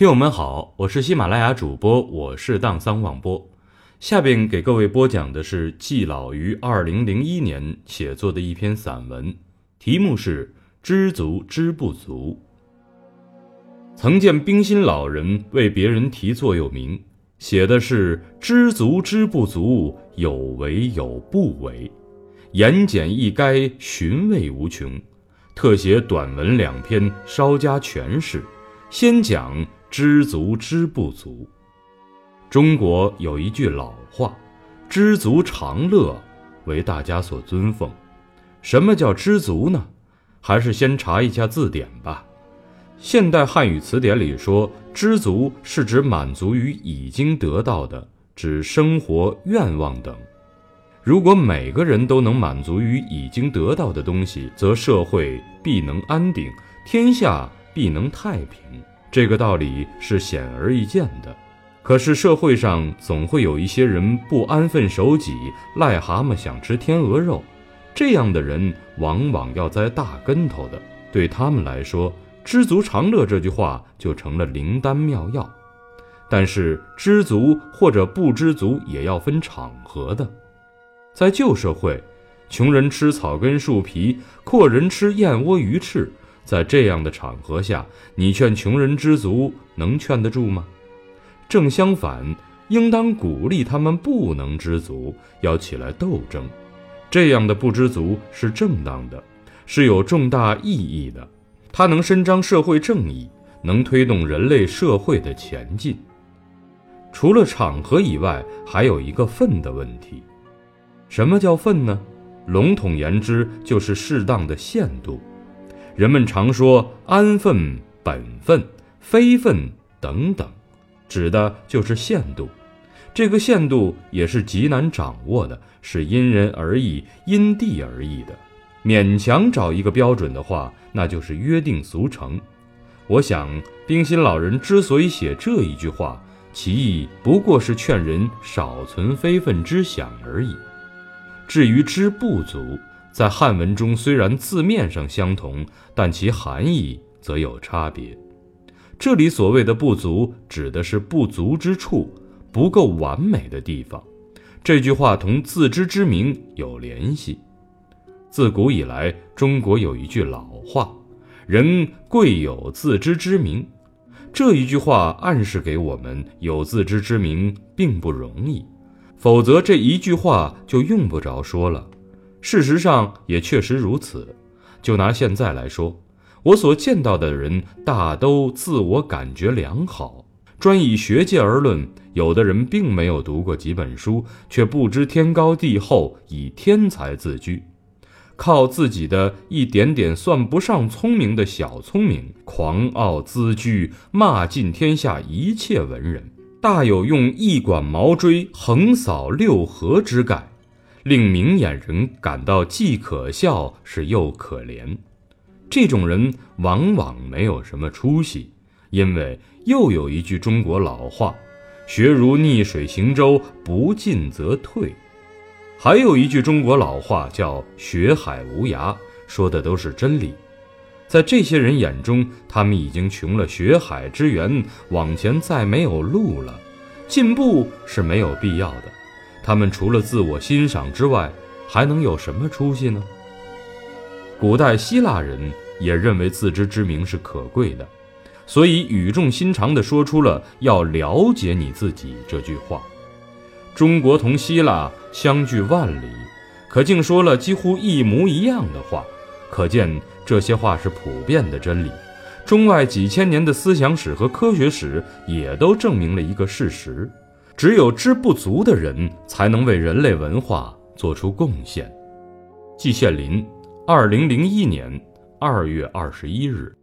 听友们好，我是喜马拉雅主播，我是荡桑望波。下边给各位播讲的是季老于2001年写作的一篇散文，题目是知足知不足。曾见冰心老人为别人题座右铭，写的是知足知不足，有为有不为，言简意赅，寻味无穷。特写短文2篇，稍加诠释。先讲知足知不足。中国有一句老话，知足常乐，为大家所尊奉。什么叫知足呢？还是先查一下字典吧。现代汉语词典里说，知足是指满足于已经得到的，指生活愿望等。如果每个人都能满足于已经得到的东西，则社会必能安定，天下必能太平。这个道理是显而易见的。可是社会上总会有一些人不安分守己，癞蛤蟆想吃天鹅肉，这样的人往往要栽大跟头的。对他们来说，知足常乐这句话就成了灵丹妙药。但是知足或者不知足也要分场合的。在旧社会，穷人吃草根树皮，阔人吃燕窝鱼翅，在这样的场合下，你劝穷人知足，能劝得住吗？正相反，应当鼓励他们不能知足，要起来斗争。这样的不知足是正当的，是有重大意义的，它能伸张社会正义，能推动人类社会的前进。除了场合以外，还有一个分的问题。什么叫分呢？笼统言之，就是适当的限度。人们常说安分、本分、非分等等，指的就是限度。这个限度也是极难掌握的，是因人而异、因地而异的。勉强找一个标准的话，那就是约定俗成。我想冰心老人之所以写这一句话，其意不过是劝人少存非分之想而已。至于知不足，在汉文中虽然字面上相同，但其含义则有差别。这里所谓的不足，指的是不足之处，不够完美的地方。这句话同自知之明有联系。自古以来，中国有一句老话，人贵有自知之明。这一句话暗示给我们，有自知之明并不容易，否则这一句话就用不着说了。事实上也确实如此。就拿现在来说，我所见到的人大都自我感觉良好。专以学界而论，有的人并没有读过几本书，却不知天高地厚，以天才自居，靠自己的一点点算不上聪明的小聪明，狂傲自居，骂尽天下一切文人，大有用一管毛锥横扫六合之概，令明眼人感到既可笑是又可怜。这种人往往没有什么出息，因为又有一句中国老话，学如逆水行舟，不进则退。还有一句中国老话叫学海无涯，说的都是真理。在这些人眼中，他们已经穷了学海之源，往前再没有路了，进步是没有必要的。他们除了自我欣赏之外，还能有什么出息呢？古代希腊人也认为自知之明是可贵的，所以语重心长地说出了要了解你自己这句话。中国同希腊相距万里，可竟说了几乎一模一样的话，可见这些话是普遍的真理。中外几千年的思想史和科学史也都证明了一个事实，只有知不足的人才能为人类文化做出贡献。季羡林，2001年2月21日。